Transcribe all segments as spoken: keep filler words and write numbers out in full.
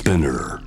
Spinner。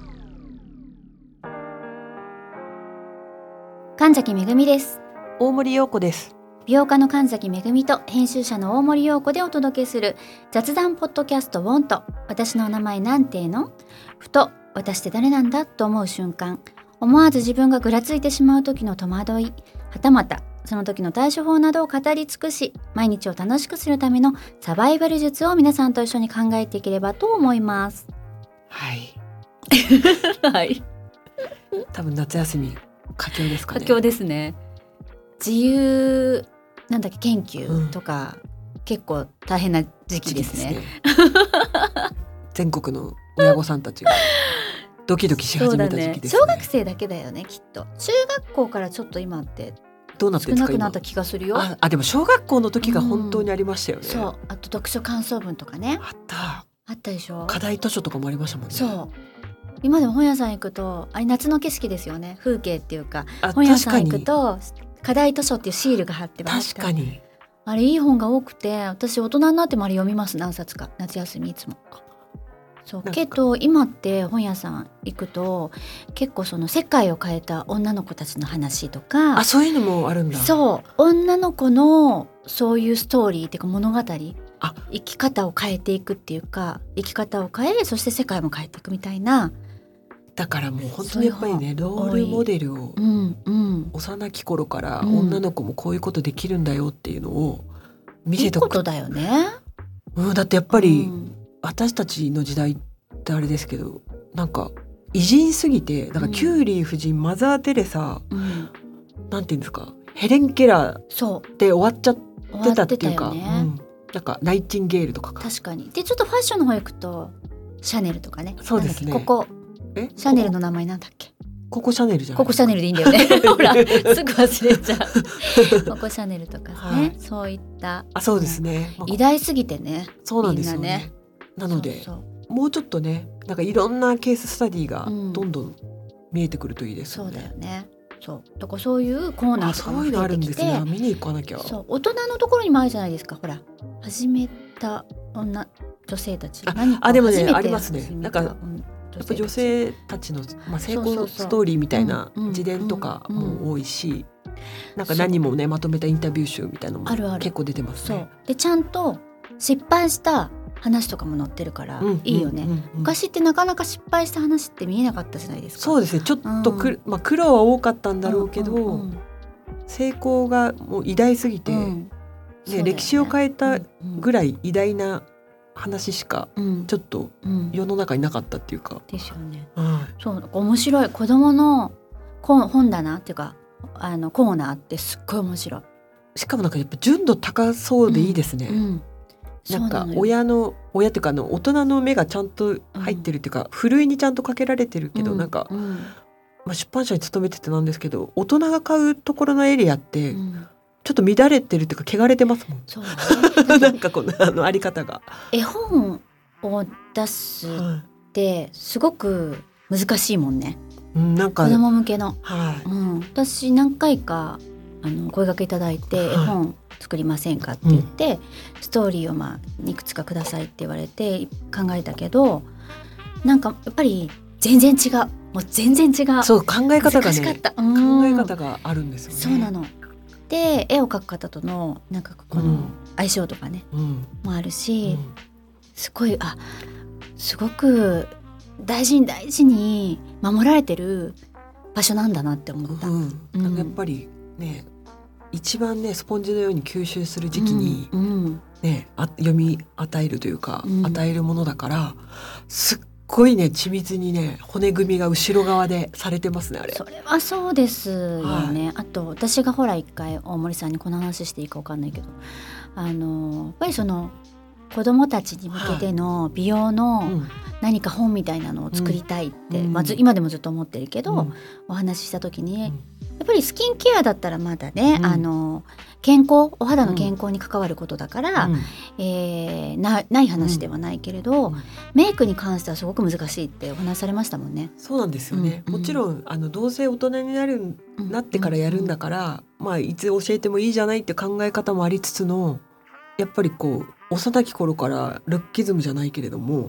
神崎めぐみです。 大森洋子です。 美容家の神崎めぐみと編集者の大森洋子でお届けする雑談ポッドキャストウォント。私のお名前なんていうの？ふと私って誰なんだと思う瞬間、思わず自分がぐらついてしまう時の戸惑い、はたまたその時の対処法などを語り尽くし、毎日を楽しくするためのサバイバル術を皆さんと一緒に考えていければと思います。 はいはい多分夏休み佳境ですかね。 佳境ですね。自由なんだっけ研究とか、うん、結構大変な時期ですね。 ですね全国の親御さんたちがドキドキし始めた時期ですね。 そうだね、小学生だけだよねきっと。中学校からちょっと今ってどうなってるんですか？ 少なくなった気がするよ。 ああでも小学校の時が本当にありましたよね、 うん、そうあと読書感想文とかね。 あったあったでしょ。 課題図書とかもありましたもんね。 そう今でも本屋さん行くとあれ夏の景色ですよね。風景っていうか本屋さん行くと課題図書っていうシールが貼ってます。 確かにあれいい本が多くて、私大人になってもあれ読みます。何冊か夏休みいつも。そうけど今って本屋さん行くと結構その世界を変えた女の子たちの話とか、 あそういうのもあるんだ。 そう女の子のそういうストーリーっていうか物語、あ生き方を変えていくっていうか、生き方を変えそして世界も変えていくみたいな。 だからもう本当にやっぱりねロールモデルを、うんうん、幼き頃から女の子もこういうことできるんだよっていうのを見せておく。 いいことだよね、 うん、だってやっぱり、 うん私たちの時代ってあれですけどなんか偉人すぎてだからキューリー夫人、うん、マザー・テレサ、うん、なんていうんですかヘレン・ケラーで終わっちゃってたっていうか、ねうん、なんかナイチンゲールとかか。 確かに。でちょっとファッションの方行くとシャネルとかね。 そうですね。 ここえシャネルの名前なんだっけ？ ココシャネルじゃない？ ココシャネルでいいんだよねほらすぐ忘れちゃうココシャネルとかね、はい、そういったあそうですね、 うん、偉大すぎてね。 そうなんですよね。なのでそうそうもうちょっとねなんかいろんなケーススタディがどんどん見えてくるといいですよね、 うん、そうだよね。そうだからそういうコーナーとかも増えてきて、そういうのあるんですね。 見に行かなきゃ。 そう大人のところにもあるじゃないですか。ほら始めた女女性たちあ何かあでもね初めてありますね。なんか、うんやっぱ女性たちの、まあ、成功ストーリーみたいな自伝とかも多いし、なんか何もねまとめたインタビュー集みたいなのも結構出てますね。 そうでちゃんと失敗した話とかも載ってるからいいよね、うんうんうんうん、昔ってなかなか失敗した話って見えなかったじゃないですか。 そうですねちょっとく、うんまあ、苦労は多かったんだろうけど、うんうんうん、成功がもう偉大すぎて、うんねね、歴史を変えたぐらい偉大な話しかちょっと世の中になかったっていうか、 うん、ですよね、 うん、 そう面白い子供の本棚っていうかあのコーナーってすっごい面白い。 しかもなんかやっぱ純度高そうでいいですね、うんうん、なんか親の親っていうかあの大人の目がちゃんと入ってるっていうか、うん、ふるいにちゃんとかけられてるけど、うん、なんか、うんまあ、出版社に勤めててなんですけど大人が買うところのエリアって、うんちょっと乱れてるっていうか汚れてますもん。 そうだねなんかこのあのあり方が絵本を出すってすごく難しいもんね、 うん、なんか子供向けの、 はいうん、私何回かあの声掛けいただいて、はい、絵本作りませんかって言って、うん、ストーリーをまあいくつかくださいって言われて考えたけどなんかやっぱり全然違うもう全然違う。 そう考え方がね難しかった、うん、 考え方があるんですよね。 そうなので絵を描く方とのなんかこの相性とかね、うん、もあるし、うん、すごいあすごく大事に大事に守られてる場所なんだなって思った、 うんうん、なんかやっぱりね一番ねスポンジのように吸収する時期に、うんうんね、あ読み与えるというか、うん、与えるものだからすっごいね緻密にね骨組みが後ろ側でされてますねあれ。 それはそうですよね、はい、あと私がほら一回大森さんにこの話していいか分かんないけどあのやっぱりその子どもたちに向けての美容の何か本みたいなのを作りたいって、うんまあ、今でもずっと思ってるけど、うん、お話しした時に、うん、やっぱりスキンケアだったらまだね、うん、あの健康お肌の健康に関わることだから、うんえー、な, ない話ではないけれど、うん、メイクに関してはすごく難しいってお話されましたもんね。 そうなんですよね、うん、もちろんあのどうせ大人になる、うん、なってからやるんだから、うんまあ、いつ教えてもいいじゃないって考え方もありつつのやっぱりこう幼き頃からルッキズムじゃないけれども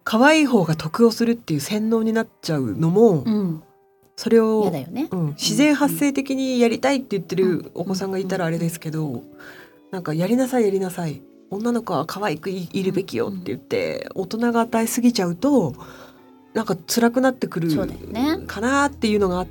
可愛い方が得をするっていう洗脳になっちゃうのも、うん、それを、 嫌だよね、 うん、自然発生的にやりたいって言ってるお子さんがいたらあれですけど、なんかやりなさいやりなさい、女の子は可愛くいるべきよって言って大人が与えすぎちゃうとなんか辛くなってくるかなっていうのがあって、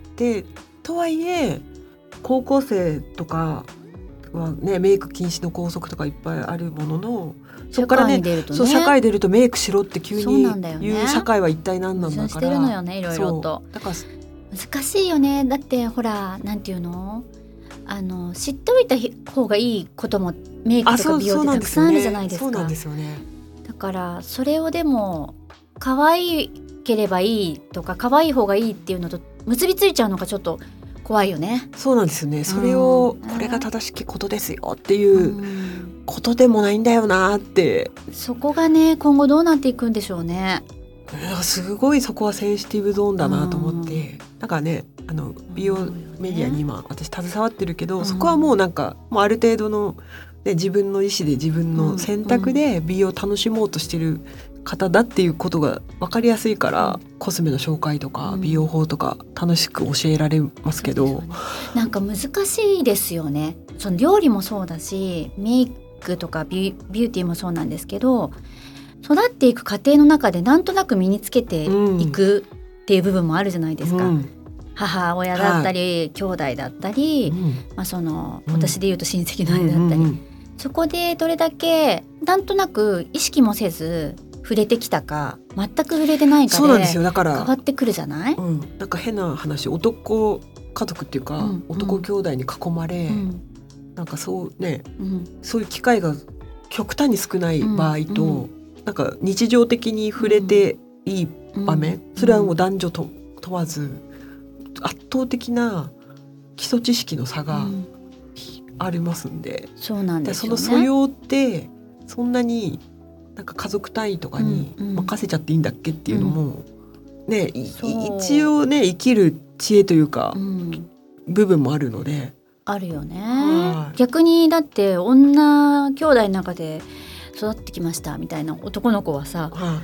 とはいえ高校生とかはねメイク禁止の校則とかいっぱいあるものの、そこからね、ねそう社会出るとメイクしろって急に言う社会は一体何なんだから、 矛盾してるのよね、いろいろと。だから難しいよね。だってほらなんていうの、あの知っておいた方がいいこともメイクとか美容ってたくさんあるじゃないですか。 そうなんですよね。 だからそれをでも可愛ければいいとか可愛い方がいいっていうのと結びついちゃうのがちょっと怖いよね。 そうなんですよね。それを、うん、これが正しきことですよっていうことでもないんだよなって、 うん、そこがね今後どうなっていくんでしょうね。 すごいそこはセンシティブゾーンだなと思って、うん、なんかねあの美容メディアに今私携わってるけど、うん、そこはもうなんかもうある程度の、ね、自分の意思で自分の選択で美容を楽しもうとしてる方だっていうことが分かりやすいから、うん、コスメの紹介とか美容法とか楽しく教えられますけど、うん、 なんか難しいですよね。その料理もそうだしメイクとかビュ、ビューティーもそうなんですけど、育っていく過程の中でなんとなく身につけていくっていう部分もあるじゃないですか、うん、母親だったり、はい、兄弟だったり、うんまあ、その私でいうと親戚の間だったり、うんうんうん、そこでどれだけなんとなく意識もせず触れてきたか全く触れてないかでそうなんですよ。だから変わってくるじゃない、 うん、なんか変な話、男家族っていうか、うんうん、男兄弟に囲まれ、うん、なんかそうね、うん、そういう機会が極端に少ない場合と、うんうん、なんか日常的に触れていい場面、うん、それはもう男女と問わず圧倒的な基礎知識の差がありますんで、 うん、そうなんですよね。 その素養ってそんなになんか家族単位とかに任せちゃっていいんだっけっていうのも、うんね、一応ね生きる知恵というか、うん、部分もあるのであるよね、はい、逆にだって女兄弟の中で育ってきましたみたいな男の子はさ、はい、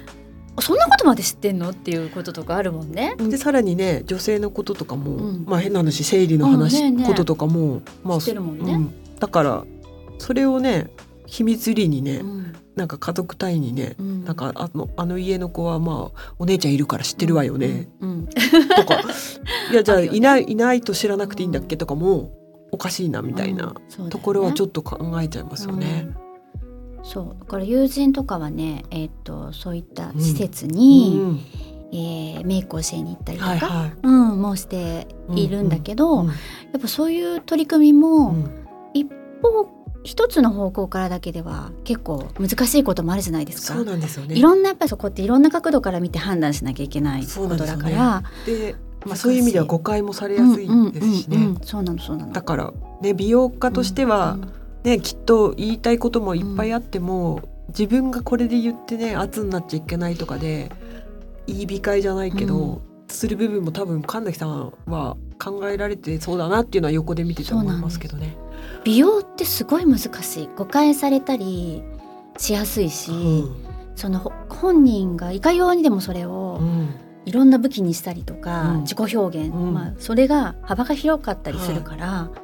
そんなことまで知ってんのっていうこととかあるもんね。 でさらにね女性のこととかも、うん、まあ変な話生理の話、うんねね、こととかも、まあ、 知ってるもんね、うん、 だからそれをね秘密裏にね、うん、なんか家族単位にね、うん、なんかあの、あの家の子はまあお姉ちゃんいるから知ってるわよね、うんうん、とかいやじゃあいない、いないと知らなくていいんだっけとかもおかしいなみたいなところはちょっと考えちゃいますよね。 そうだから友人とかはね、えー、とそういった施設に、うんえー、メイクを教えに行ったりとか、はいはいうん、もうしているんだけど、うんうん、やっぱそういう取り組みも、うん、一方一つの方向からだけでは結構難しいこともあるじゃないですか。 そうなんですよね。 いろんなやっぱりそこっていろんな角度から見て判断しなきゃいけないことだから、 で、まあ、そういう意味では誤解もされやすいですしね、うんうんうんうん、 そうなのそうなの。 だから、ね、美容家としては、うんうんね、きっと言いたいこともいっぱいあっても、うん、自分がこれで言ってね圧になっちゃいけないとかで言い控えじゃないけど、うん、する部分も多分神崎さんは考えられてそうだなっていうのは横で見てて思いますけどね。 美容ってすごい難しい、誤解されたりしやすいし、うん、その本人がいかようにでもそれをいろんな武器にしたりとか、うん、自己表現、うんまあ、それが幅が広かったりするから、はい、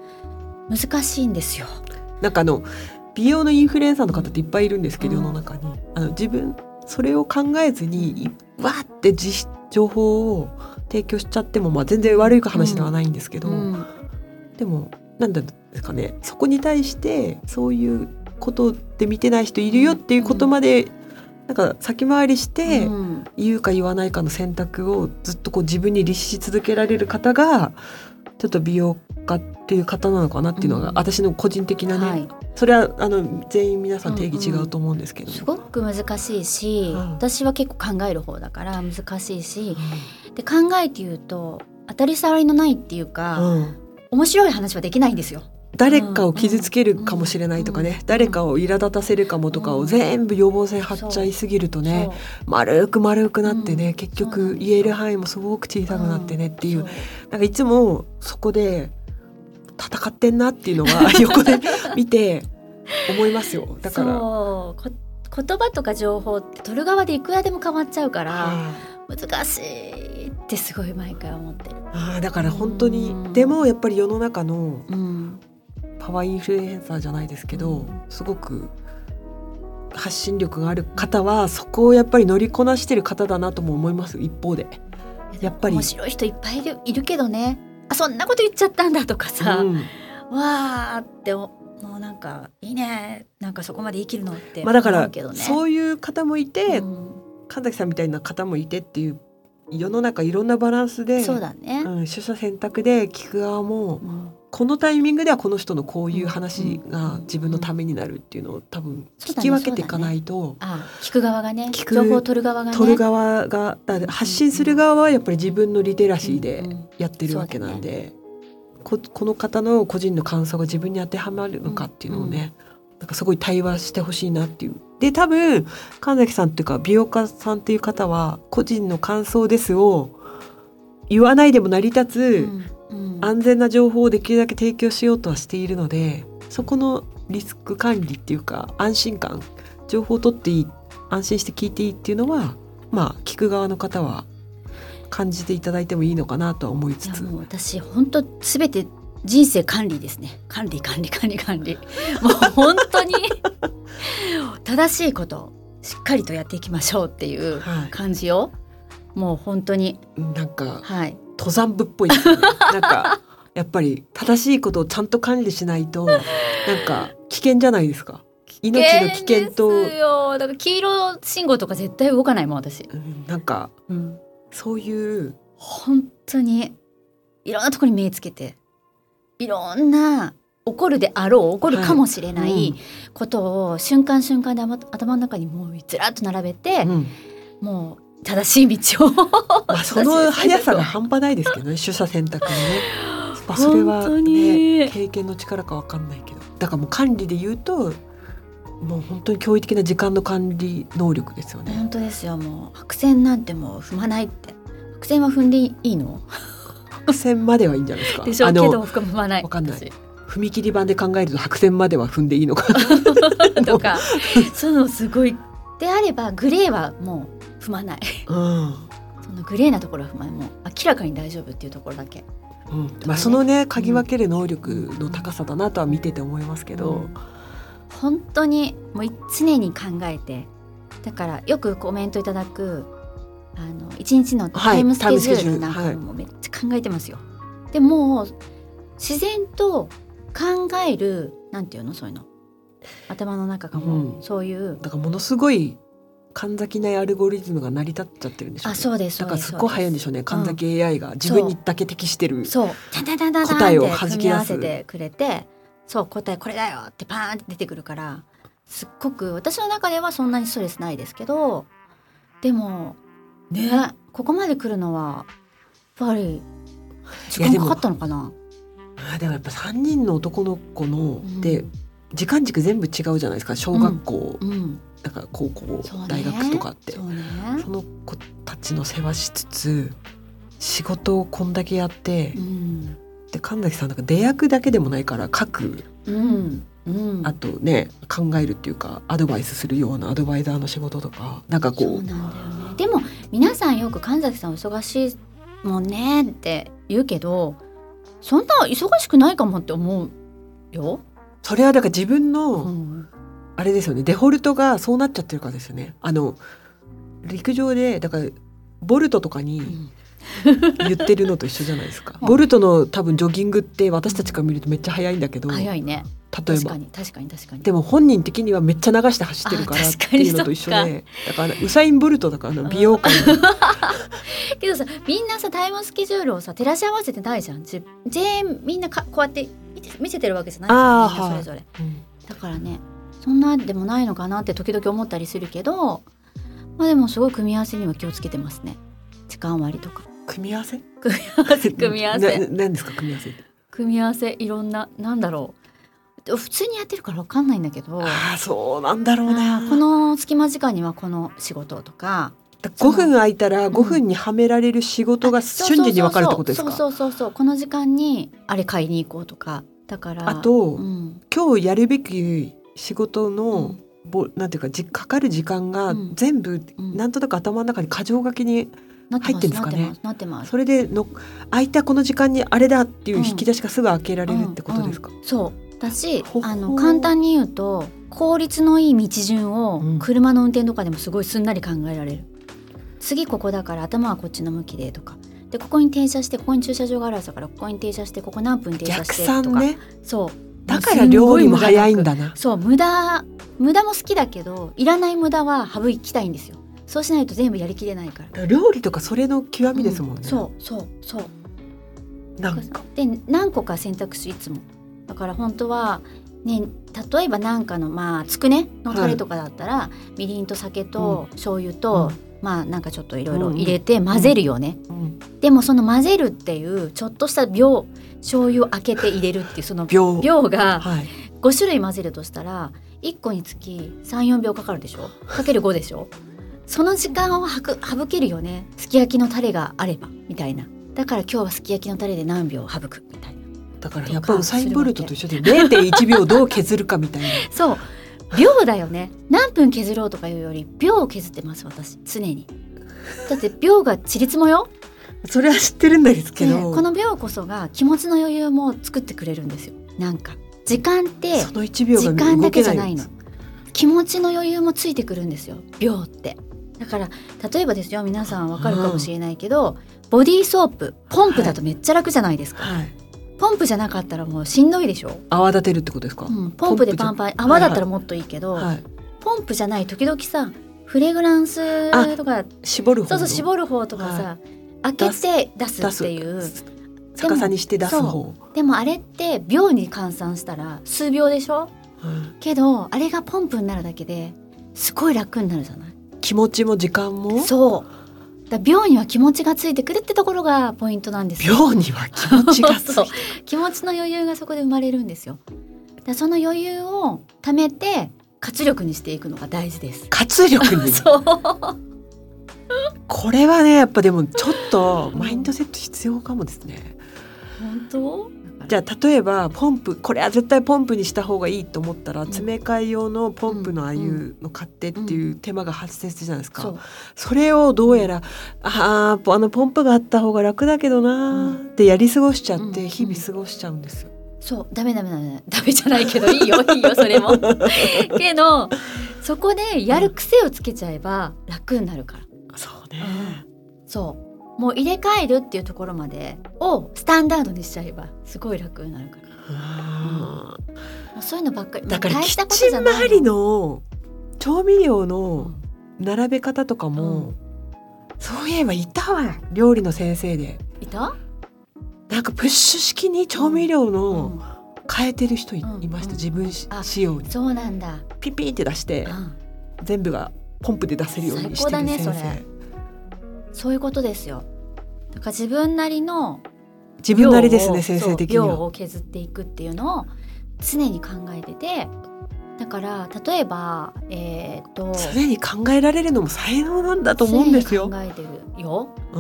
難しいんですよ。 なんかあの美容のインフルエンサーの方っていっぱいいるんですけど、うん、世の中にあの自分それを考えずにわーって実情報を提供しちゃっても、まあ、全然悪い話ではないんですけど、うんうん、でもなんですかね、そこに対してそういうことで見てない人いるよっていうことまで、うん、なんか先回りして言うか言わないかの選択をずっとこう自分に律し続けられる方がちょっと美容家っていう方なのかなっていうのが、うん、私の個人的なね、はい、それはあの全員皆さん定義違うと思うんですけど、 うんうん、すごく難しいし、うん、私は結構考える方だから難しいし、うん、で考えて言うと当たり障りのないっていうか、うん、面白い話はできないんですよ。 誰かを傷つけるかもしれないとかね、うんうん、誰かを苛立たせるかもとかを全部予防線張っちゃいすぎるとね、うん、丸く丸くなってね、うん、結局言える範囲もすごく小さくなってねっていう、うん、なんかいつもそこで戦ってんなっていうのは横で見て思いますよ。だからそう言葉とか情報って取る側でいくらでも変わっちゃうから難しいってすごい毎回思ってる。 あだから本当にでもやっぱり世の中のパワーインフルエンサーじゃないですけど、うん、すごく発信力がある方はそこをやっぱり乗りこなしてる方だなとも思います。一方でやっぱり面白い人いっぱいいる、いるけどね、あそんなこと言っちゃったんだとかさ、うん、わーってもうなんかいいね、なんかそこまで生きるのって思うけどね、まあ、だからそういう方もいて、うん、神崎さんみたいな方もいてっていう世の中いろんなバランスで、 そうだね、うん、 取捨選択で聞く側も、うん、このタイミングではこの人のこういう話が自分のためになるっていうのを多分聞き分けていかないと、 ねね、ああ聞く側がね、情報を取る側がね、 取る側が発信する側はやっぱり自分のリテラシーでやってるわけなんで、うんうんね、こ, この方の個人の感想が自分に当てはまるのかっていうのをね、うんうん、なんかすごい対話してほしいなっていう。で多分神崎さんっていうか美容家さんっていう方は個人の感想ですを言わないでも成り立つ、うんうん、安全な情報をできるだけ提供しようとはしているので、そこのリスク管理っていうか安心感、情報を取っていい、安心して聞いていいっていうのはまあ聞く側の方は感じていただいてもいいのかなとは思いつつ、 いやもう私本当すべて人生管理ですね。管理管理管理管理もう本当に正しいことをしっかりとやっていきましょうっていう感じを、はい、もう本当になんか、はい、登山部っぽいですねなんかやっぱり正しいことをちゃんと管理しないとなんか危険じゃないですか。命の危険とですよ。だから黄色信号とか絶対動かないもん私、 うん、なんか、うん、そういう本当にいろんなところに目つけていろんな起こるであろう起こるかもしれないことを瞬間瞬間で頭の中にもうずらっと並べて、うん、もう正しい道をまあその速さが半端ないですけどね取捨選択のね、まあ、それは、ね、経験の力か分かんないけど、だからもう管理で言うともう本当に驚異的な時間の管理能力ですよね。 本当ですよ。もう白線なんてもう踏まないって。白線は踏んでいいの？ 白線まではいいんじゃないですか。 でしょうけど踏まない。 分かんない。踏切板で考えると白線までは踏んでいいのかとかそのすごいであればグレーはもう踏まない、うん、そのグレーなところは踏まない。もう明らかに大丈夫っていうところだけ、 うんね、まあ、そのね嗅ぎ分ける能力の高さだなとは見てて思いますけど、うん、 本当にもう常に考えて、だからよくコメントいただくあのいちにちのタイムスケジュールなんかもめっちゃ考えてますよ、はい、でも自然と考えるなんていうのそういうの頭の中がもうそういう、うん、 だからものすごい神崎内アルゴリズムが成り立っちゃってるんでしょうね。 あ、そうです。 だからすっごい早いんでしょうね。神崎 エーアイ が自分にだけ適してるそう答えを弾き出す、組み合わせてくれて、そう答えこれだよってパーンって出てくるから、すっごく私の中ではそんなにストレスないですけど、でもねここまで来るのはやっぱり時間かかったのかな。 あでもやっぱさんにんの男の子の、うん、で時間軸全部違うじゃないですか。小学校、うんうん、だから高校、ね、大学とかって そ,、ね、その子たちの世話しつつ仕事をこんだけやって、うん、で神崎さんなんか出役だけでもないから書く、うんうん、あとね考えるっていうかアドバイスするようなアドバイザーの仕事とかなんかこう、そうなんだよね。 でも皆さんよく神崎さん忙しいもんねって言うけど、そんな忙しくないかもって思うよ。 それはだから自分の、うん、あれですよね、デフォルトがそうなっちゃってるからですよね。あの陸上でだからボルトとかに言ってるのと一緒じゃないですか、うん、ボルトの多分ジョギングって私たちから見るとめっちゃ速いんだけど、 速いね、 例えば確かに確かに確かに。でも本人的にはめっちゃ流して走ってるからっていうのと一緒で、だからウサインボルトだから美容界のけどさ、みんなさタイムスケジュールをさ照らし合わせてないじゃん。全員みんなかこうやって見て見せてるわけじゃないじゃん、みんなそれぞれ、うん、だからねそんなでもないのかなって時々思ったりするけど、まあでもすごい組み合わせには気をつけてますね。時間割とか組み合わせ組み合わせ組み合わせな何ですか組み合わせ組み合わせいろんななんだろう、普通にやってるから分かんないんだけど、 あそうなんだろうな、 この隙間時間にはこの仕事とか、 ごふん空いたらごふんにはめられる仕事が瞬時に分かるってことですか。 そうそうそうそう、この時間にあれ買いに行こうとか、だからあと、うん、今日やるべき仕事のぼなんていうかじかかる時間が全部、うん、なんとなく頭の中に箇条書きに入ってるんですかね。 なってます。 それでの空いたこの時間にあれだっていう引き出しがすぐ開けられるってことですか。 うんうんうん、そうだし、あの簡単に言うと効率のいい道順を車の運転とかでもすごいすんなり考えられる、うん、次ここだから頭はこっちの向きでとかで、ここに停車してここに駐車場があるはずだからここに停車してここ何分停車してとか、 逆算ね。 そうだから料理も早いんだな。 そう、無駄無駄も好きだけどいらない無駄は省きたいんですよ。そうしないと全部やりきれないから。 料理とかそれの極みですもんね、 うん、そうそうそうなんかで何個か選択肢いつもだから本当はね、例えばなんかのまあつくねのタレとかだったら、はい、みりんと酒と醤油と、うん、まあなんかちょっといろいろ入れて混ぜるよね、うんうん、でもその混ぜるっていうちょっとした秒醤油を開けて入れるっていうその秒がご種類混ぜるとしたらいっこにつき さん,よん 秒かかるでしょ、かけるごでしょ。その時間を省けるよね、すき焼きのタレがあればみたいな。だから今日はすき焼きのタレで何秒省くみたいな。 だからやっぱウサインボルトと一緒で れいてんいち 秒どう削るかみたいなそう秒だよね。何分削ろうとかいうより秒を削ってます私常に。だって秒がちりつもよそれは知ってるんですけど、 この秒こそが気持ちの余裕も作ってくれるんですよ。なんか時間ってそのいちびょうが時間だけじゃないの、気持ちの余裕もついてくるんですよ秒って。だから例えばですよ、皆さんわかるかもしれないけど、うん、ボディーソープポンプだとめっちゃ楽じゃないですか、はい、ポンプじゃなかったらもうしんどいでしょ。 泡立てるってことですか、 うん、ポンプでパンパン泡だったらもっといいけど、はいはい、ポンプじゃない時々さフレグランスとか絞る方、 そうそう絞る方とかさ、はい、開けて出すっていう逆さにして出す方。 でもあれって秒に換算したら数秒でしょ、うん、けどあれがポンプになるだけですごい楽になるじゃない。 気持ちも時間も。 そうだ、秒には気持ちがついてくるってところがポイントなんですよ。 秒には気持ちがついてそう気持ちの余裕がそこで生まれるんですよ。だその余裕を貯めて活力にしていくのが大事です。 活力にそうこれはねやっぱでもちょっとマインドセット必要かもですね。 本当？ じゃあ例えばポンプ、これは絶対ポンプにした方がいいと思ったら、うん、詰め替え用のポンプのああいうの買ってっていう手間が発生するじゃないですか、うん、そ, それをどうやらああのポンプがあった方が楽だけどなってやり過ごしちゃって日々過ごしちゃうんですよ、うん、 そうダメダメダメダメじゃないけどいいよいいよそれもけどそこでやる癖をつけちゃえば楽になるから、 うん、そうね、 うん、そうもう入れ替えるっていうところまでをスタンダードにしちゃえばすごい楽になるから、うん、そういうのばっかりだからキッチン周りの調味料の並べ方とかも、うん、そういえばいたわ料理の先生でいたなんかプッシュ式に調味料の変えてる人 い,、うん、いました、自分仕様に。 そうなんだ、 ピピって出して、うん、全部がポンプで出せるようにしてる先生。最高だねそれ。 そういうことですよ。だから自分なりの自分なりですね先生的には。 量を削っていくっていうのを常に考えてて、だから例えば、えー、と常に考えられるのも才能なんだと思うんですよ。 常に考えてるよ、 うん、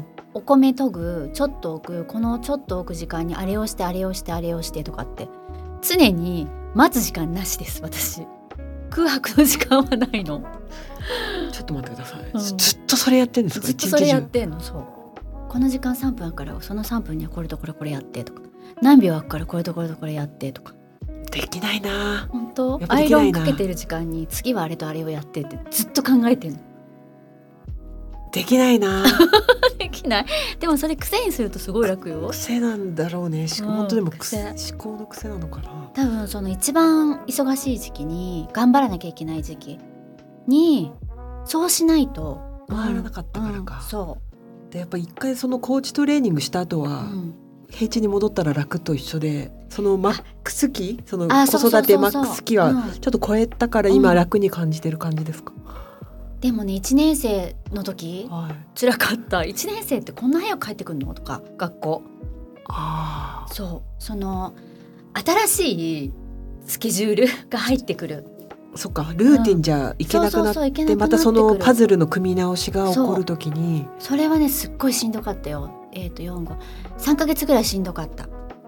お米研ぐちょっと置くこのちょっと置く時間にあれをしてあれをしてあれをしてとかって常に待つ時間なしです私。空白の時間はないの。 ちょっと待ってください、うん、ずっとそれやってんですか。 ずっとそれやってんの。そうこの時間さんぷんあるからそのさんぷんにはこれとこれこれやってとか何秒あるからこれとこれとこれやってとか。 できないな本当。アイロンかけてる時間に次はあれとあれをやってってずっと考えてるの。 できないなできない。でもそれ癖にするとすごい楽よ。 癖なんだろうね。 うん、 本当でも癖思考の癖なのかな。 多分その一番忙しい時期に頑張らなきゃいけない時期にそうしないと回らなかったからか、 うんうん、そうでやっぱ一回そのコーチトレーニングした後は、うん、平地に戻ったら楽と一緒で、そのマックス期、その子育てマックス期はちょっと超えたから今楽に感じてる感じですか。うん、 でもねいちねん生の時、はい、辛かった。いちねん生ってこんな早く帰ってくるのとか学校。 あそうその新しいスケジュールが入ってくる。 そっかルーティンじゃいけなくなって、うん、そうそうそうでまたそのパズルの組み直しが起こるときにそ, それはねすっごいしんどかったよ。えーとよん、ご さんかげつぐらいしんどかった。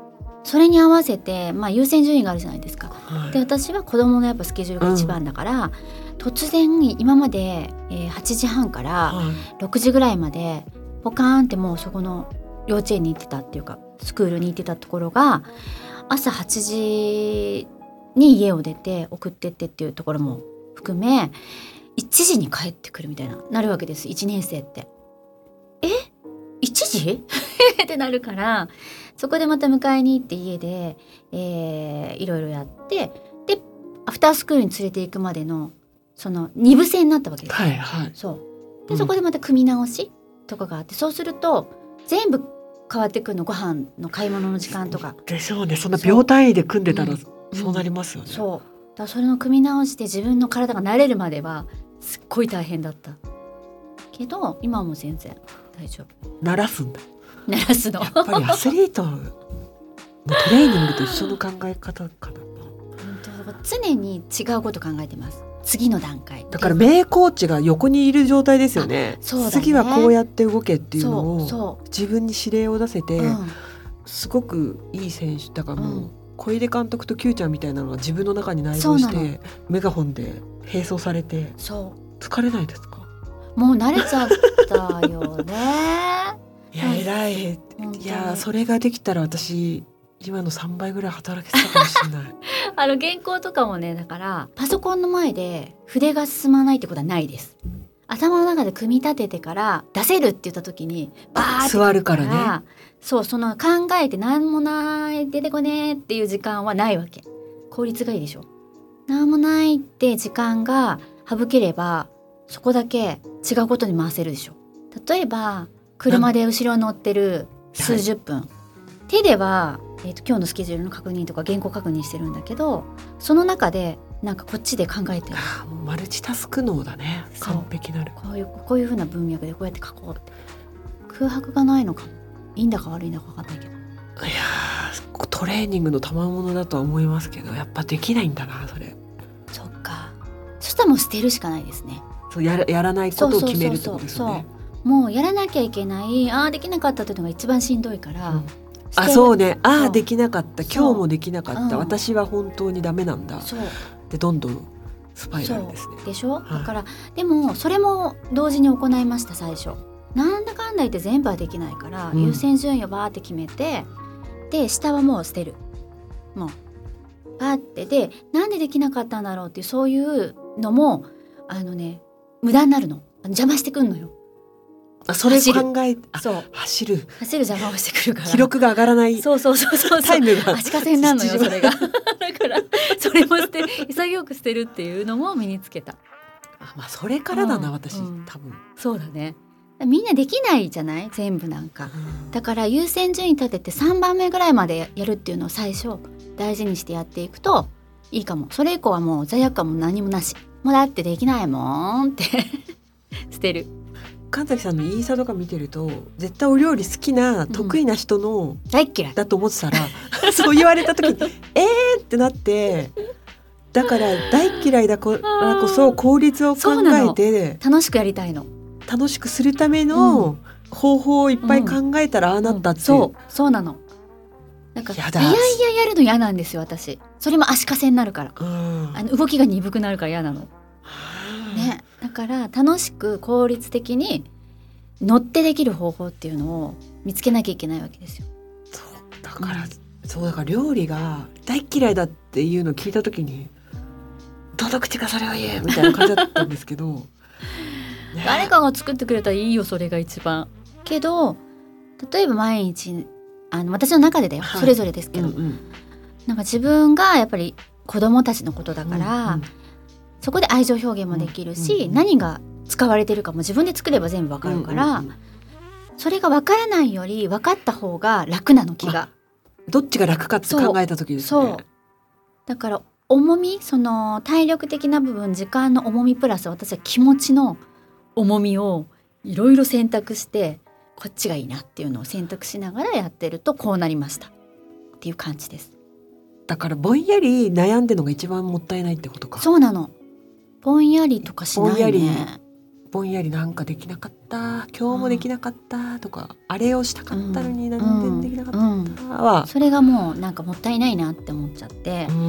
それに合わせて、まあ、優先順位があるじゃないですか、 はい、 で私は子供のやっぱスケジュールが一番だから、うん、突然今まで、えー、はちじはんからろくじぐらいまでポカーンってもうそこの幼稚園に行ってたっていうかスクールに行ってたところが朝はちじに家を出て送ってってっていうところも含めいちじに帰ってくるみたいななるわけです。いちねん生ってえいちじってなるから、そこでまた迎えに行って家で、えー、いろいろやってでアフタースクールに連れて行くまでのその二部制になったわけです、 はいはい、 そうで、うん、そこでまた組み直しとかがあって、そうすると全部変わってくるの。ご飯の買い物の時間とかでしょうね。そんな秒単位で組んでたらそうなりますよね、うんうん、 そうだからそれの組み直して自分の体が慣れるまではすっごい大変だったけど今はもう全然大丈夫。 慣らすんだ。 慣らすのやっぱりアスリートのトレーニングと一緒の考え方かな。 常に違うこと考えてます。次の段階だから名コーチが横にいる状態ですよね。 そうだね、 次はこうやって動けっていうのをそうそう自分に指令を出せて、 うん、すごくいい選手だからもう、うん、小出監督と Q ちゃんみたいなのが自分の中に内蔵してメガホンで並走されて、そう疲れないですか？ もう慣れちゃったよねいや偉い。いやそれができたら私今のさんばいぐらい働けてたかもしれないあの原稿とかもね、だからパソコンの前で筆が進まないってことはないです。頭の中で組み立ててから出せるって言った時にバーって座るからね。 そうその考えて何もない出てこねーっていう時間はないわけ。効率がいいでしょ。何もないって時間が省ければそこだけ違うことに回せるでしょ。例えば車で後ろ乗ってる数十分、はい、手ではえーと、今日のスケジュールの確認とか原稿確認してるんだけど、その中でなんかこっちで考えてる。 あもうマルチタスク能だね。完璧なる。 こういうこういう風な文脈でこうやって書こうって。空白がないのかも。いいんだか悪いんだか分かんないけど。いやトレーニングの賜物だとは思いますけど、やっぱできないんだなそれ。 そっか。そしたらもう捨てるしかないですね。 そうやら、やらないことを決めるってことですよね。そうそうそうそう。もうやらなきゃいけない。ああできなかったっていうのが一番しんどいから。うんあそうねああできなかった今日もできなかった、うん、私は本当にダメなんだでどんどんスパイラルですね。 でしょ、 はい、 だからでもそれも同時に行いました。最初なんだかんだ言って全部はできないから、うん、優先順位をバーって決めてで下はもう捨てるもうバーってでなんでできなかったんだろうっていうそういうのもあのね無駄になるの邪魔してくんのよ。 あそれ考えそう走る走る邪魔をしてくるから記録が上がらないそうそうそうそうタイムが足かせになるのよそれがだからそれも捨て潔く捨てるっていうのも身につけた。 あまあそれからだな、うん、私、 うん、 多分そうだね。みんなできないじゃない全部なんか、うん、だから優先順位立ててさんばんめぐらいまでやるっていうのを最初大事にしてやっていくといいかも。それ以降はもう罪悪感も何もなしもうだってできないもんって捨てる。 神崎さんのインスタとか見てると絶対お料理好きな得意な人の、 うん、大嫌いだと思ってたらそう言われた時にえーってなってだから大嫌いだからこそ効率を考えて楽しくやりたいの。 楽しくするための方法をいっぱい考えたらああなったっていう、 うんうん、そうそうなの。なんかいやいややるの嫌なんですよ私。それも足かせになるから、うん、あの動きが鈍くなるから嫌なのね。だから楽しく効率的に乗ってできる方法っていうのを見つけなきゃいけないわけですよ。 そうだから、うん、そうだから料理が大嫌いだっていうのを聞いた時にどの口がそれを言えみたいな感じだったんですけど、ね、 誰かが作ってくれたらいいよそれが一番。けど例えば毎日あの私の中でだよ、はい、それぞれですけど、うんうん、なんか自分がやっぱり子供たちのことだから、うんうん、そこで愛情表現もできるし、うんうんうん、何が使われてるかも自分で作れば全部わかるから、うんうんうん、それがわからないより分かった方が楽なの気が。 どっちが楽かって考えた時ですね。 そうそうだから重みその体力的な部分時間の重みプラス私は気持ちの重みをいろいろ選択してこっちがいいなっていうのを選択しながらやってるとこうなりましたっていう感じです。 だからぼんやり悩んでるのが一番もったいないってことか。 そうなの。ぼんやりとかしないね。 ぼんやりなんかできなかった今日もできなかったとか、うん、あれをしたかったのになんでできなかったは、うんうん、それがもうなんかもったいないなって思っちゃって、うん、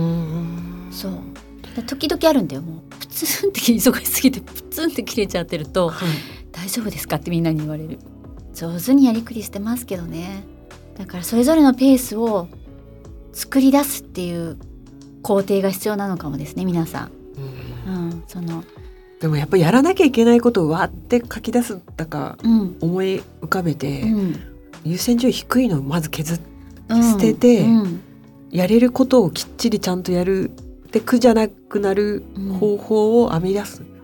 そう時々あるんだよ。もうプツンって忙しすぎてプツンって切れちゃってると、はい、大丈夫ですかってみんなに言われる。上手にやりくりしてますけどね。だからそれぞれのペースを作り出すっていう工程が必要なのかもですね皆さん、うんうん、そのでもやっぱりやらなきゃいけないことをわって書き出すだか思い浮かべて、うん、優先順位低いのをまず削って捨てて、うんうん、やれることをきっちりちゃんとやるで苦じゃなくなる方法を編み出す、うん、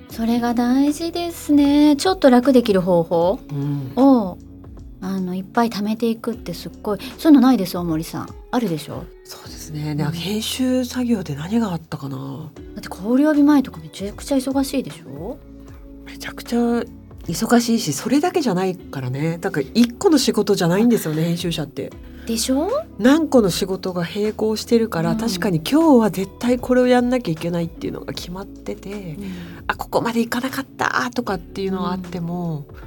それが大事ですね。ちょっと楽できる方法を、うん、あのいっぱい貯めていくってすっごいそういうのないです大森さん。あるでしょ。 そうですね、うん、編集作業で何があったかな。 だって考慮日前とかめちゃくちゃ忙しいでしょ。 めちゃくちゃ忙しいしそれだけじゃないからね。だから一個の仕事じゃないんですよね編集者ってでしょ。 何個の仕事が並行してるから、うん、確かに今日は絶対これをやんなきゃいけないっていうのが決まってて、うん、あここまでいかなかったとかっていうのがあっても、うん、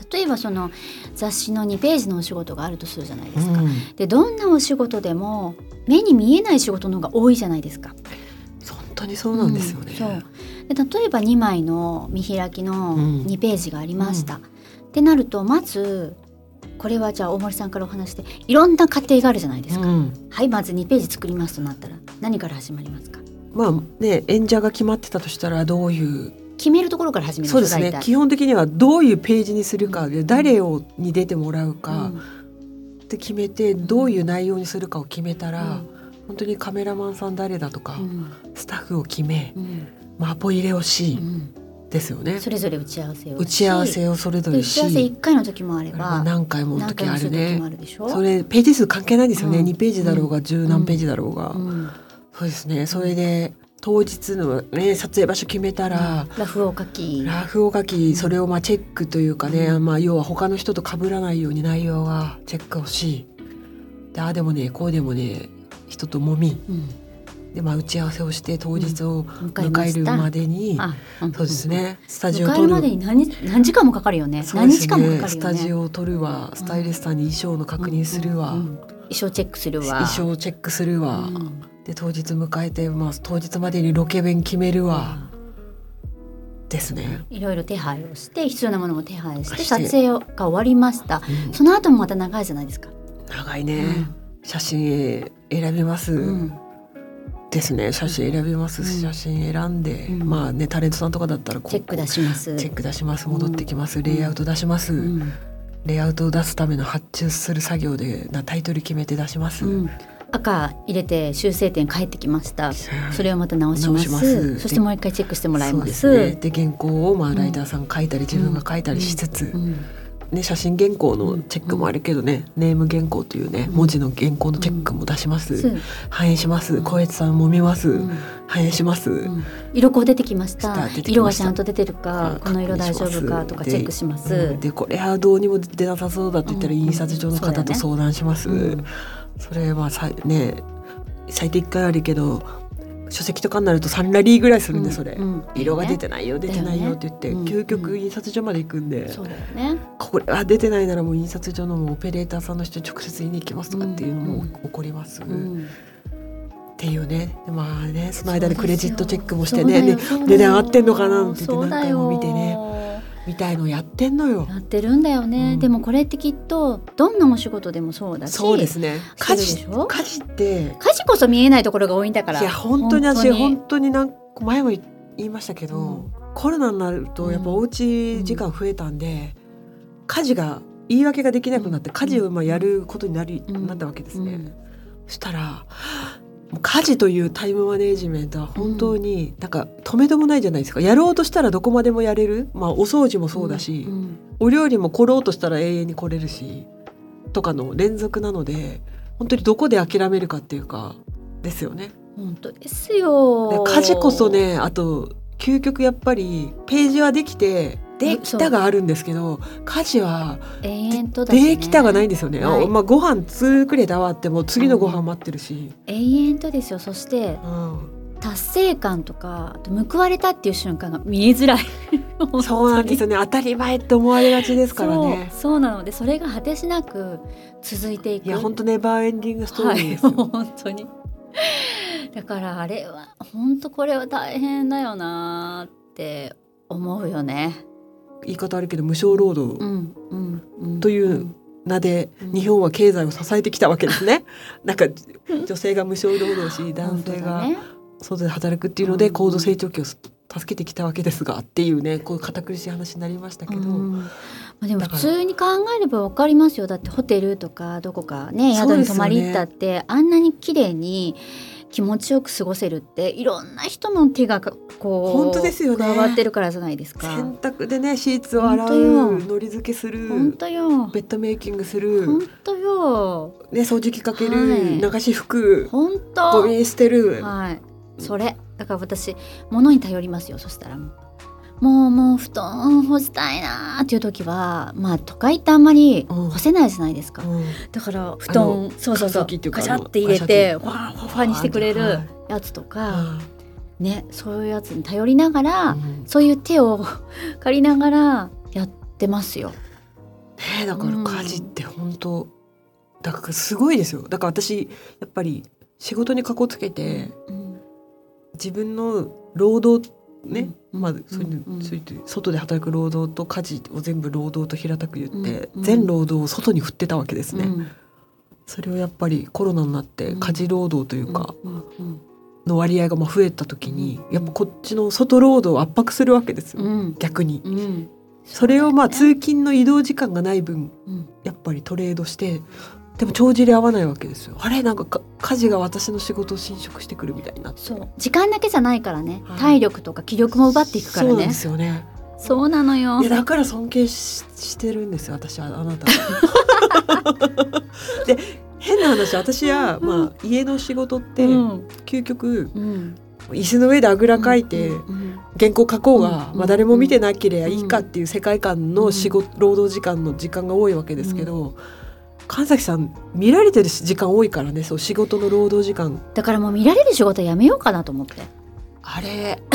例えばその雑誌のにページのお仕事があるとするじゃないですか、うん、でどんなお仕事でも目に見えない仕事の方が多いじゃないですか。 本当にそうなんですよね、うん、 そうで例えばにまいの見開きのにページがありました、うん、ってなるとまずこれはじゃあ大森さんからお話していろんな過程があるじゃないですか、うん、はいまずにページ作りますとなったら何から始まりますか。 まあね演者が決まってたとしたらどういう決めるところから始める。 そうですね。基本的にはどういうページにするかで、うん、誰をに出てもらうかって決めて、うん、どういう内容にするかを決めたら、うん、本当にカメラマンさん誰だとか、うん、スタッフを決め、うん、まあ、アポ入れをし、うん、ですよね。 それぞれ打ち合わせをし打ち合わせをそれぞれし打ち合わせいっかいの時もあれば何回もの時あるね。それページ数関係ないんですよね、うん、にページだろうがじゅう何ページだろうが、うんうん、そうですね。それで当日の、ね、撮影場所決めたら、 うん、ラフを書きラフを書きそれをまあチェックというかね、うんまあ、要は他の人と被らないように内容はチェックをしでああでもねこうでもね人ともみ、うんでまあ、打ち合わせをして当日を迎えるまでに、うん、そうですねスタジオを撮る迎えるまでに 何, 何時間もかかるよね。 そうですね。 何時間もかかるよね。 スタジオを撮るわスタイリストさんに衣装の確認するわ、 うんうんうん、衣装チェックするわ衣装チェックするわ、うん、で当日迎えて、まあ、当日までにロケ弁決めるわ、うん、ですね。 いろいろ手配をして必要なものも手配して撮影が終わりました、うん、その後もまた長いじゃないですか。 長いね、うん、写真選びます、うんですね。写真選びます、うん、写真選んで、うん、まあねタレントさんとかだったらこうチェック出しますチェック出します戻ってきます、うん、レイアウト出します、うん、レイアウトを出すための発注する作業でなタイトル決めて出します、うん、 赤入れて修正点返ってきました、それをまた直します、ますそしてもう一回チェックしてもらいます。 そうですね。で原稿をまあライターさん書いたり、自分が書いたりしつつ、うんうんね、写真原稿のチェックもあるけどね、うん、ネーム原稿というね、うん、文字の原稿のチェックも出します、うん、反映します、小越さんも見ます、うん、反映します、うん、 色こう出てきました色がちゃんと出てるかこの色大丈夫かとかチェックします。 で、うん、でこれはどうにも出なさそうだって言ったら印刷所の方と相談します、うん、それはさ、ね、最低いっかいあるけど書籍とかになるとさんラリーぐらいするんで、それ、うんうん、色が出てないよ、ね、出てないよって言って、ね、究極印刷所まで行くんで、うん、そうだよね、これは出てないならもう印刷所のもうオペレーターさんの人に直接言いに行きますとかっていうのも起こります、うんうん、っていうね。まあねその間でクレジットチェックもしてね、値段合ってんのかなって言って何回も見てねみたいのやってんのよ。 やってるんだよね、うん、でもこれってきっとどんなお仕事でもそうだし、 そうですね。家事家事って家事こそ見えないところが多いんだから。 いや本当に私本当に何前も言いましたけど、うん、コロナになるとやっぱおうち時間増えたんで、うん、家事が言い訳ができなくなって家事をまあやることになり、うん、なったわけですね、うん、そしたら家事というタイムマネジメントは本当になんか止めどもないじゃないですか。やろうとしたらどこまでもやれる、まあ、お掃除もそうだし、うんうん、お料理も来ろうとしたら永遠に来れるしとかの連続なので本当にどこで諦めるかっていうかですよね。 本当ですよ。 家事こそね、あと究極やっぱりページはできてできたがあるんですけど家事は永遠とだしね、 できたがないんですよね、はい。まあ、ご飯作れたわっても次のご飯待ってるし、 うん、永遠とですよ。そして、うん、達成感とか報われたっていう瞬間が見えづらいそうなんですよね。当たり前って思われがちですからね。 そう、そうなので、それが果てしなく続いていく。 いや本当ネバーエンディングストーリーですよ、 はい、本当に。だからあれは本当これは大変だよなって思うよね。 言い方あるけど無償労働という名で日本は経済を支えてきたわけですね。なんか女性が無償労働し男性が外で働くっていうので高度成長期を助けてきたわけですがっていうね、こう堅苦しい話になりましたけど、うんまあ、でも普通に考えれば分かりますよ。だってホテルとかどこかね宿に泊まり行ったって、ね、あんなに綺麗に気持ちよく過ごせるっていろんな人の手がこう本当ですよね、 加わってるからじゃないですか。 洗濯でねシーツを洗う、のり付けする、 本当よ、 ベッドメイキングする、 本当よ、 ね、掃除機かける、はい、流し拭く、 本当ゴミ捨てる、 はい、それだから私物に頼りますよ。そしたらもうもうもう布団干したいなっていう時は、まあ都会ってあんまり干せないじゃないですか、うん、だから布団そうそうそうカシャって入れてファファにしてくれるやつとか、ね、そういうやつに頼りながら、うん、そういう手を借りながらやってますよ、 ね、だから家事って本当、うん、だからすごいですよ。だから私やっぱり仕事にかこつけて、うん、自分の労働ね、うん、まあそういう、うん、そういう外で働く労働と家事を全部労働と平たく言って、うん、全労働を外に振ってたわけですね、うん、それをやっぱりコロナになって家事労働というか、の割合がまあ増えた時に、やっぱこっちの外労働を圧迫するわけですよ、逆に、それをまあ通勤の移動時間がない分、やっぱりトレードしてでも帳尻合わないわけですよ。あれなんか家事が私の仕事を侵食してくるみたいになって。 そう時間だけじゃないからね、はい、体力とか気力も奪っていくからね。 そうなんですよね。 そうなのよ。 いやだから尊敬 し, してるんですよ私はあなたで変な話、私は、まあ、家の仕事って、うん、究極、うん、椅子の上であぐらかいて、うん、原稿書こうが、うんまあ、誰も見てなければいいかっていう世界観の仕事、労働時間の時間が多いわけですけど、うん神崎さん見られてる時間多いからね。そう仕事の労働時間だからもう見られる仕事やめようかなと思って。 あれ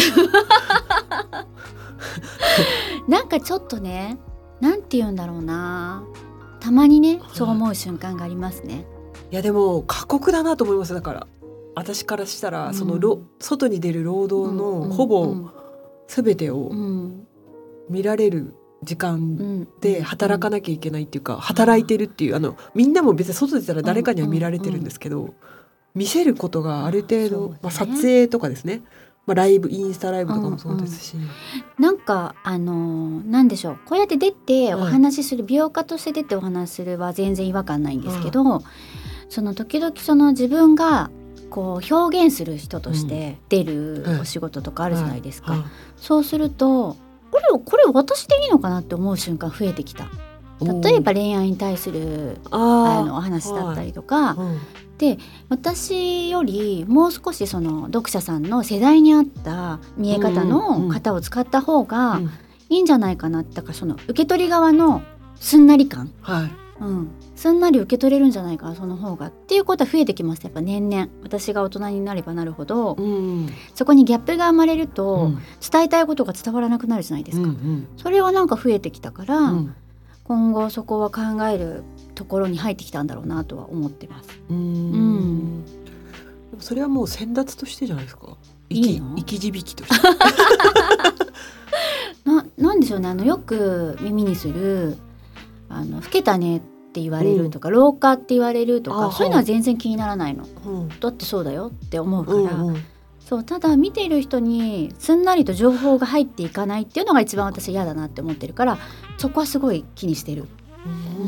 なんかちょっとね、なんて言うんだろうな、たまにねそう思う瞬間がありますね。 いやでも過酷だなと思います。だから私からしたら、うん、そのろ外に出る労働のほぼ全てを見られる時間で働かなきゃいけないっていうか、働いてるっていう、あのみんなも別に外出たら誰かには見られてるんですけど、見せることがある程度、まあ、撮影とかですね、まあ、ライブインスタライブとかもそうですし、うんうん、 なんかあのー、なんでしょう、こうやって出てお話しする、うん、美容家として出てお話しするは全然違和感ないんですけど、うん、その時々その自分がこう表現する人として出るお仕事とかあるじゃないですか、うんうんうん、そうするとこれをこれ私でいいのかなって思う瞬間増えてきた。例えば恋愛に対するあのお話だったりとか、はいうん、で私よりもう少しその読者さんの世代に合った見え方の方を使った方がいいんじゃないかなって。だからその受け取り側のすんなり感、はいうん、すんなり受け取れるんじゃないかな、その方がっていうことは増えてきます。やっぱ年々私が大人になればなるほど、うん、そこにギャップが生まれると、うん、伝えたいことが伝わらなくなるじゃないですか、うんうん、それはなんか増えてきたから、うん、今後そこは考えるところに入ってきたんだろうなとは思ってます。うん、うん、 でもそれはもう先達としてじゃないですか。生き、生き字引きとしてな, なんでしょうね、あのよく耳にするあの老けたねって言われるとか、うん、老化って言われるとか、そういうのは全然気にならないの、うん、だってそうだよって思うから、うんうん、そうただ見ている人にすんなりと情報が入っていかないっていうのが一番私嫌だなって思ってるから、そこはすごい気にしてる。うん、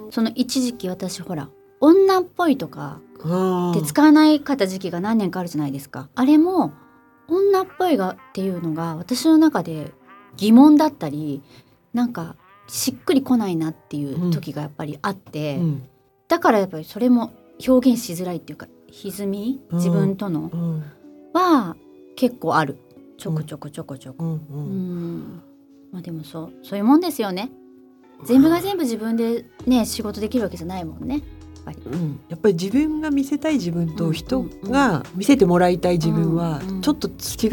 その一時期私ほら女っぽいとかって使わないかった時期が何年かあるじゃないですか。あれも女っぽいがっていうのが私の中で疑問だったり、なんかしっくりこないなっていう時がやっぱりあって、うん、だからやっぱりそれも表現しづらいっていうか、歪み自分との、うん、は結構ある、ちょこちょこちょこちょこ、うんうんうんまあ、でもそうそういうもんですよね。全部が全部自分でね仕事できるわけじゃないもんね。やっぱり、うん、 やっぱり自分が見せたい自分と人が見せてもらいたい自分はちょっと違っ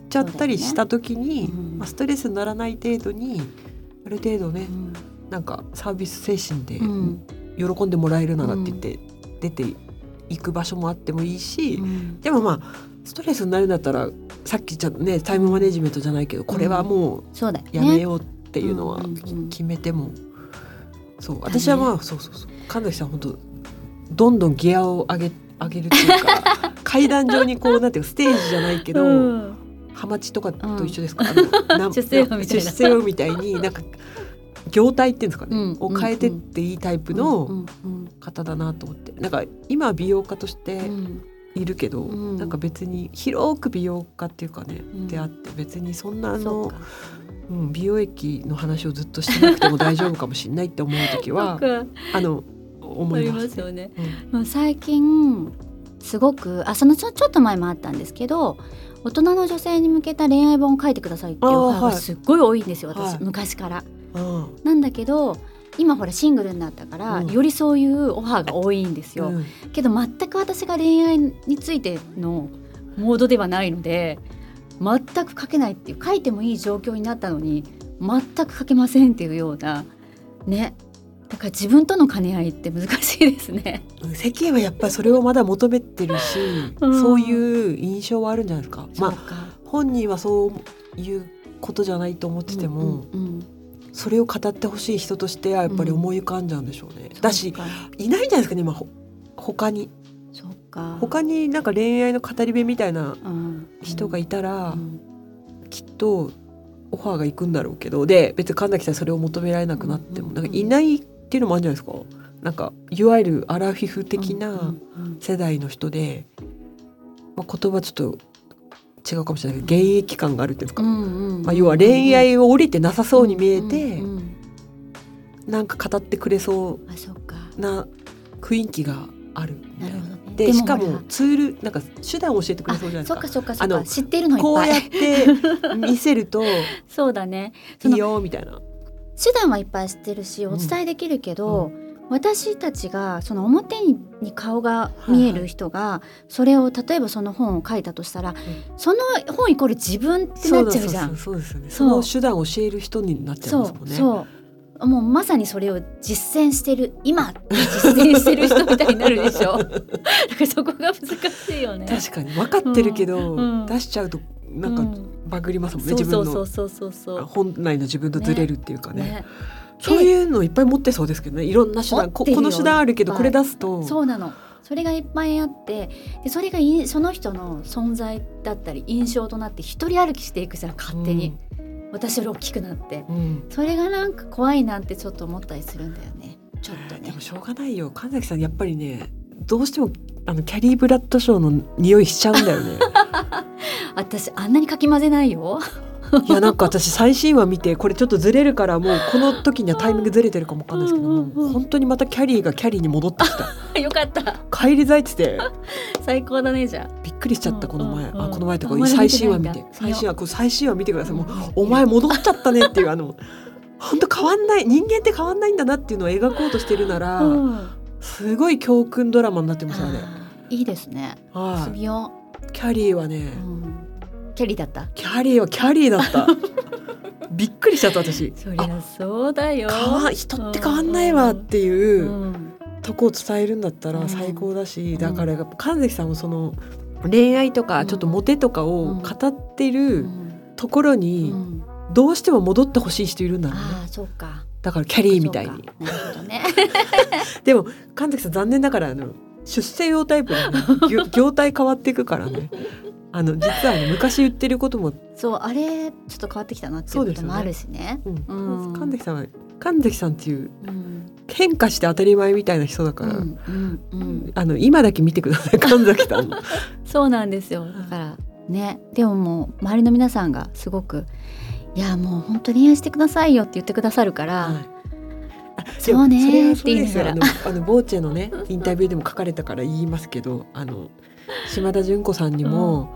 ちゃったりした時に、 ねうんまあ、ストレスにならない程度にある程度ね、 うん、 なんかサービス精神でうん喜んでもらえるならって言って出ていく場所もあってもいいし、 うん、 でもまあストレスになるんだったらさっきじゃねタイムマネジメントじゃないけどこれはもうやめようっていうのは決めても、そう私はまあそうそうそう神崎さん本当どんどんギアを上げ上げるっていうか階段上にこうなんていうかステージじゃないけど、うん、ハマチとかと一緒ですか、うん、出世魚みたいな出世魚みたいになんか業態っていうんですかね、うん、を変えてっていいタイプの方だなと思って、なんか今は美容家としているけど、うん、なんか別に広く美容家っていうかね、うん、であって別にそんなあのう、うん、美容液の話をずっとしてなくても大丈夫かもしれないって思う時はあの思いますね。ありますよね、 うん、最近すごくあそのちょ、ちょっと前もあったんですけど、大人の女性に向けた恋愛本を書いてくださいっていうオファーがすっごい多いんですよ、私、はい、昔から、うん、なんだけど今ほらシングルになったから、うん、よりそういうオファーが多いんですよ、うん、けど全く私が恋愛についてのモードではないので全く書けないっていう、書いてもいい状況になったのに全く書けませんっていうようなね。だから自分との兼ね合いって難しいですね。 世間はやっぱりそれをまだ求めてるし、うん、そういう印象はあるんじゃないですか。まあ本人はそういうことじゃないと思ってても、うんうんうん、それを語ってほしい人としてはやっぱり思い浮かんじゃうんでしょうね、うん、だしいないんじゃないですかね、今ほ他にそうか他になんか恋愛の語り部みたいな人がいたら、うんうん、きっとオファーが行くんだろうけど、で別に神崎さんそれを求められなくなっても、うんうんうん、なんかいないっていうのもあるんじゃないですか。なんかいわゆるアラフィフ的な世代の人で、まあ、言葉ちょっと違うかもしれないけど現役感があるっていうんですか、うんうんうんまあ、要は恋愛を降りてなさそうに見えて、うんうんうん、なんか語ってくれそうな雰囲気があるみたいな。なるほどね。でしかもツールなんか手段を教えてくれそうじゃないですか。 そっかそっかそっか、知ってるのいっぱいこうやって見せるとそうだね、 いいよみたいな。 手段はいっぱい知ってるしお伝えできるけど、うんうん、私たちがその表に顔が見える人が、はいはい、それを例えばその本を書いたとしたら、うん、その本イコール自分ってなっちゃうじゃん。 そうですよね。その手段を教える人になっちゃいますもんね。 そうそうもうまさにそれを実践してる今実践してる人みたいになるでしょだからそこが難しいよね。 確かに分かってるけど、うん、出しちゃうとなんかバグりますもんね、うん、自分の本来の自分とずれるっていうか ね, ねそういうのいっぱい持ってそうですけどね。いろんな手段 こ, この手段あるけどこれ出すとそうなの。それがいっぱいあってでそれがいその人の存在だったり印象となって一人歩きしていくじゃん勝手に、うん、私より大きくなって、うん、それがなんか怖いなってちょっと思ったりするんだよね。ちょっとね。 でもしょうがないよ神崎さんやっぱりねどうしてもあのキャリー・ブラッドショーの匂いしちゃうんだよね私あんなにかき混ぜないよいやなんか私最新話見てこれちょっとずれるからもうこの時にはタイミングずれてるかもわかんないですけども、うんうんうん、本当にまたキャリーがキャリーに戻ってきたよかった帰り咲いてて最高だね。じゃあびっくりしちゃったこの前、うんうん、あこの前とか最新話見て最新話これ最新話見てください。もうお前戻っちゃったねっていうあの本当変わんない人間って変わんないんだなっていうのを描こうとしてるなら、うん、すごい教訓ドラマになってますよね。 いいですね。 はい。キャリーはね、うん、 キャリーだったキャリーはキャリーだったびっくりしちゃった私。 そりゃそうだよ。 人って変わんないわっていう、うん、とこを伝えるんだったら最高だし、うん、だからやっぱ神崎さんもその恋愛とかちょっとモテとかを語ってるところにどうしても戻ってほしい人いるんだろうね、 うん、あそうか。 だからキャリーみたいに。 なるほどねでも神崎さん残念ながらあの出世用タイプで、ね、業態変わっていくからねあの実は、ね、昔言ってることもそうあれちょっと変わってきたなっていうこともあるしね。 神崎さんは神崎さんっていう、うん、変化して当たり前みたいな人だから、うんうんうん、あの今だけ見てください神崎さんそうなんですよ。だからねでももう周りの皆さんがすごくいやもう本当に恋愛してくださいよって言ってくださるから、はい、そうねって言いながらあのボーチェのねインタビューでも書かれたから言いますけどあの島田純子さんにも、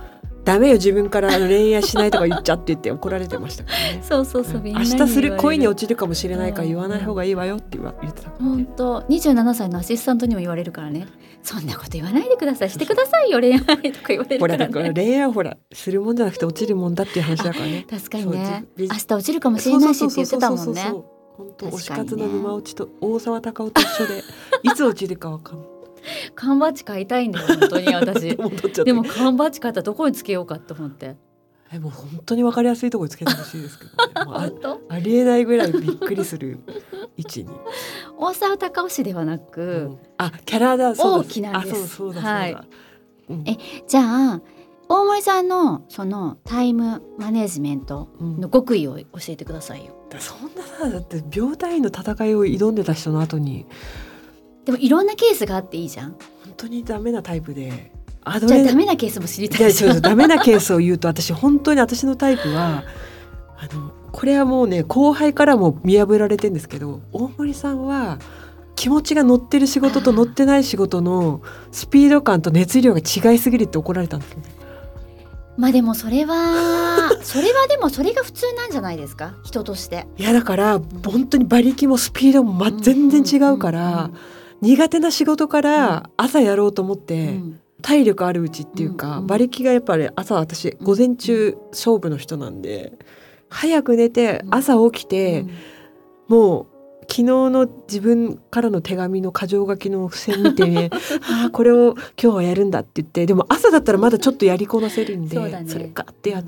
ダメよ自分から恋愛しないとか言っちゃって言って怒られてましたからねそうそうそう、みんなに明日する恋に落ちるかもしれないから言わない方がいいわよって言わ言ってたから、ね、 本当にじゅうななさいのアシスタントにも言われるからね、そんなこと言わないでください、してくださいよ恋愛とか言われるからね。ほらだから恋愛はほらするもんじゃなくて落ちるもんだっていう話だからね。 確かにね、明日落ちるかもしれないしって言ってたもんね。 本当推し活の沼落ちと大沢たかおと一緒でいつ落ちるか分かんない缶バッジ買いたいんだよ本当に私でも缶バッジ買ったらどこにつけようかと思って、 えもう本当に分かりやすいところにつけてほしいですけど、ね、もう あ, ありえないぐらいびっくりする位置に大沢たかお氏ではなく、うん、 あキャラだそう大きなんです。 あそうそうだそうだ、 はいうん、えじゃあ大森さんのそのタイムマネジメントの極意を教えてくださいよ、 うん、そんなさだって病態の戦いを挑んでた人の後にでもいろんなケースがあっていいじゃん。 本当にダメなタイプであじゃあダメなケースも知りたいじゃん。 ダメなケースを言うと私本当に私のタイプはあのこれはもうね後輩からも見破られてるんですけど、大森さんは気持ちが乗ってる仕事と乗ってない仕事のスピード感と熱量が違いすぎるって怒られたんですよね。 まあでもそれはそれはでもそれが普通なんじゃないですか人として。 いやだから本当に馬力もスピードも、ま、全然違うから、うんうんうんうん、苦手な仕事から朝やろうと思って、うん、体力あるうちっていうか、うんうん、馬力がやっぱり朝私午前中勝負の人なんで、早く寝て朝起きて、うん、もう昨日の自分からの手紙の箇条書きの付箋見て、ね、あこれを今日はやるんだって言って、でも朝だったらまだちょっとやりこなせるんで そ,、ね、それガッてやって、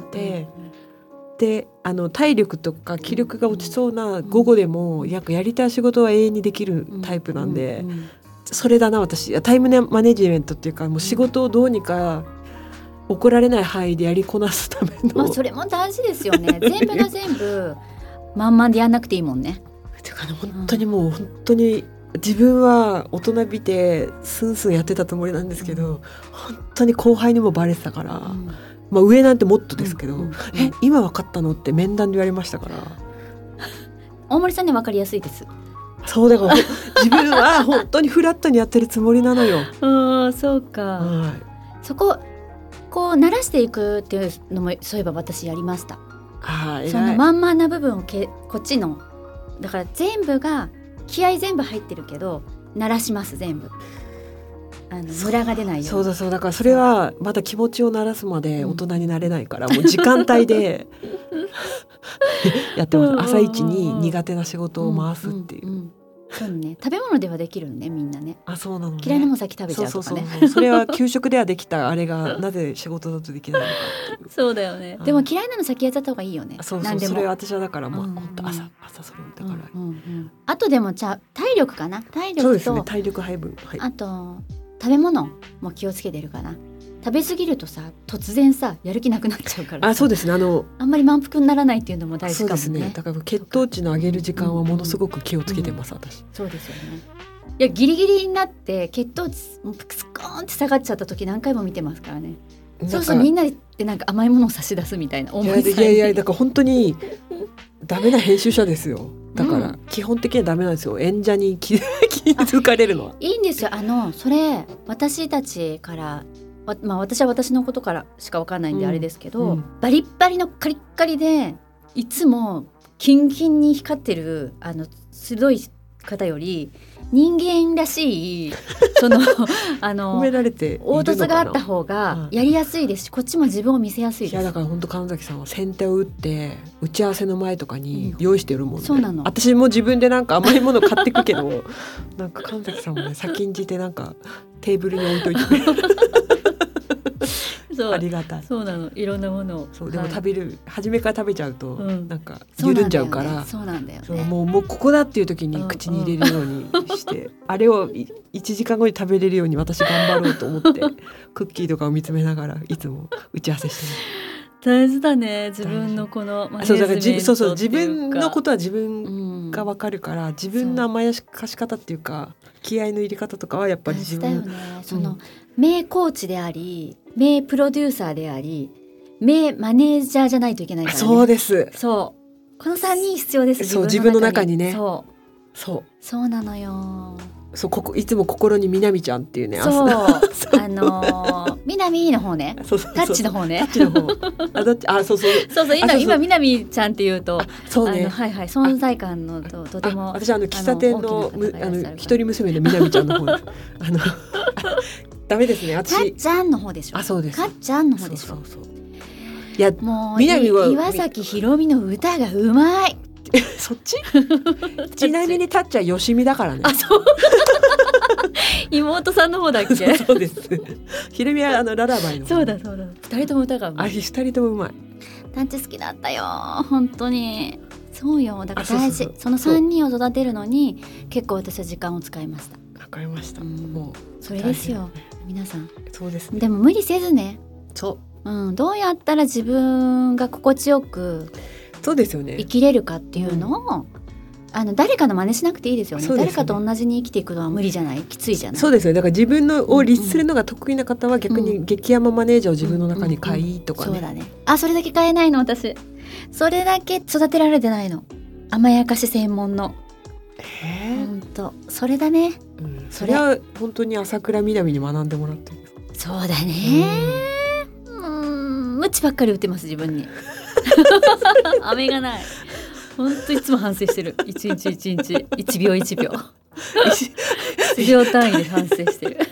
うん、であの体力とか気力が落ちそうな午後でもややりたい仕事は永遠にできるタイプなんで、うんうんうん、それだな私タイムマネジメントっていうかもう仕事をどうにか怒られない範囲でやりこなすための、 まあ、それも大事ですよね全部が全部まんまんでやんなくていいもんね。 てかね本当にもう本当に自分は大人びてスンスンやってたつもりなんですけど、うん、本当に後輩にもバレてたから、うんまあ、上なんてもっとですけど、うんうんうん、え今分かったのって面談で言われましたから。 大森さんには分かりやすいです。 そうだから自分は本当にフラットにやってるつもりなのよ。 あそうか、はい、そここう慣らしていくっていうのもそういえば私やりました。 あそのまんまな部分をけこっちのだから全部が気合全部入ってるけど慣らします全部あのムラが出ないように。 そうだそうだからそれはまだ気持ちを慣らすまで大人になれないから、うん、もう時間帯でやってます朝一に苦手な仕事を回すっていう、うんうんうんそうね、食べ物ではできるのねみんなね。 あそうなのね。 嫌いなもの先食べちゃうとかね。 そうそうそうそうそれは給食ではできたあれがなぜ仕事だとできないのかっていうそうだよね。でも嫌いなの先やっちゃった方がいいよね。 そうそうそれは私はだからもう、うん、本当朝朝それだから、 うんうんうん、あとでもじゃ体力かな体力とそうですね体力配分、はい、 あと食べ物も気をつけてるかな。食べ過ぎるとさ突然さやる気なくなっちゃうからあそうですねあのあんまり満腹にならないっていうのも大事かもね。 そうですねだから血糖値の上げる時間はものすごく気をつけてます、うんうん、私。 そうですよね。いやギリギリになって血糖値スコーンって下がっちゃった時何回も見てますからね。そうそうみんなでなんか甘いものを差し出すみたいな思いさんに。 いやいやいやだから本当にダメな編集者ですよ。だから基本的にはダメなんですよ、うん、演者に気づかれるのは。 いいんですよあのそれ私たちからまあ、私は私のことからしか分かんないんであれですけど、うんうん、バリッバリのカリッカリでいつもキンキンに光ってるあの鋭い方より人間らしいそのあの褒められているのかな凹凸があった方がやりやすいですし、うん、こっちも自分を見せやすいです。 いやだから本当神崎さんは先手を打って打ち合わせの前とかに用意してるもんね、うん、 そうなの。 私も自分でなんか甘いもの買ってくけどなんか神崎さんもね先んじてなんかテーブルに置いといてくれるそうありがたい。 そうなのいろんなものをそうでも食べる、はい、初めから食べちゃうと、うん、なんか緩んじゃうからそうなんだよね。 そうもうもうここだっていう時に口に入れるようにして、うんうん、あれをいちじかんごに食べれるように私頑張ろうと思ってクッキーとかを見つめながらいつも打ち合わせしてます。 大事だね自分のこのマネジメントっていうか。そうだからそうそう自分のことは自分が分かるから、うん、自分の甘やかし方っていうか気合の入れ方とかはやっぱり自分大事だよね。その、うん、名コーチであり名プロデューサーであり名マネージャーじゃないといけないからね。 そうですそうこのさんにん必要です。 そう自分の中にね。 そうそうそうなのよ。 そうここいつも心にみなみちゃんっていうねそうあのー、みなみの方ねそうそうそうタッチの方ねタッチの方あどっちあそうそうそうそう今そうそう今みなみちゃんっていうとそうねあのはいはい存在感のととても私あの喫茶店のむあの一人娘のみなみちゃんの方ですあのダメですね私かっちゃんの方でしょ。 あそうですかっちゃんの方でしょ。 そうそうそういやもうみなみは岩崎宏美の歌がうまいそっちちなみにタッチはよしみだからね。 あそう妹さんの方だっけそうそうですひろみはあのララバイのそうだそうだ二人とも歌がうまい。 あれ二人ともうまい。 タッチ好きだったよ本当に。そうよだから大事。 そうそうそうその三人を育てるのに結構私は時間を使いました。 わかりました、 うん、 もうそれですよ皆さん。 そうですね。 でも無理せずね。 そう、 うん、どうやったら自分が心地よくそうですよね生きれるかっていうのを、うん、あの誰かの真似しなくていいですよ ね, そうですね。 誰かと同じに生きていくのは無理じゃない。きついじゃない。 そうですよ。だから自分のを律するのが得意な方は逆に激山マネージャーを自分の中に買いとかね、 そうだね。あそれだけ買えないの私。それだけ育てられてないの。甘やかし専門の。 へほんとそれだね、 うん、それは本当に朝倉みなみに学んでもらってるんですか。 そうだね。うん無知ばっかり打ってます自分に飴がない。ほんといつも反省してる。一日一日一秒一秒一秒単位で反省してる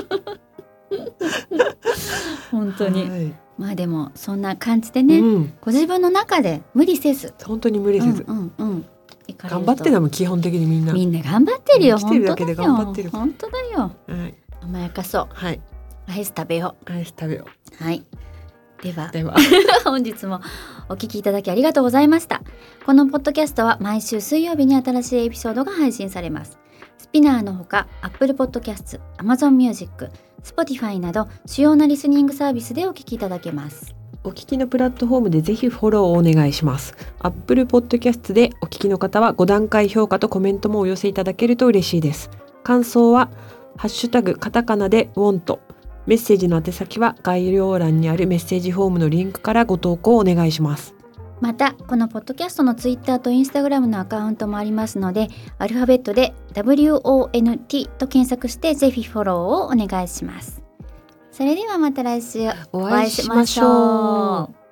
本当に、はい、まあでもそんな感じでね、うん、ご自分の中で無理せず本当に無理せず、 うんうんうん、 頑張ってるのも基本的にみんなみんな頑張ってるよ。 生きてるだけで頑張ってる。 本当だよ、 はい、 甘やかそう。 はい、 アイス食べようアイス食べよう。はいではでは本日もお聞きいただきありがとうございました。このポッドキャストは毎週水曜日に新しいエピソードが配信されます。スピナーのほか Apple Podcast、Amazon Music、Spotify など主要なリスニングサービスでお聞きいただけます。 お聞きのプラットフォームでぜひフォローをお願いします。 Apple Podcast でお聞きの方はご段階評価とコメントもお寄せいただけると嬉しいです。感想はハッシュタグカタカナで ウォント、メッセージの宛先は概要欄にあるメッセージフォームのリンクからご投稿をお願いします。 またこのポッドキャストのツイッターとインスタグラムのアカウントもありますので、アルファベットで ダブリューオーエヌティー と検索してぜひフォローをお願いします。それではまた来週お会いしましょう。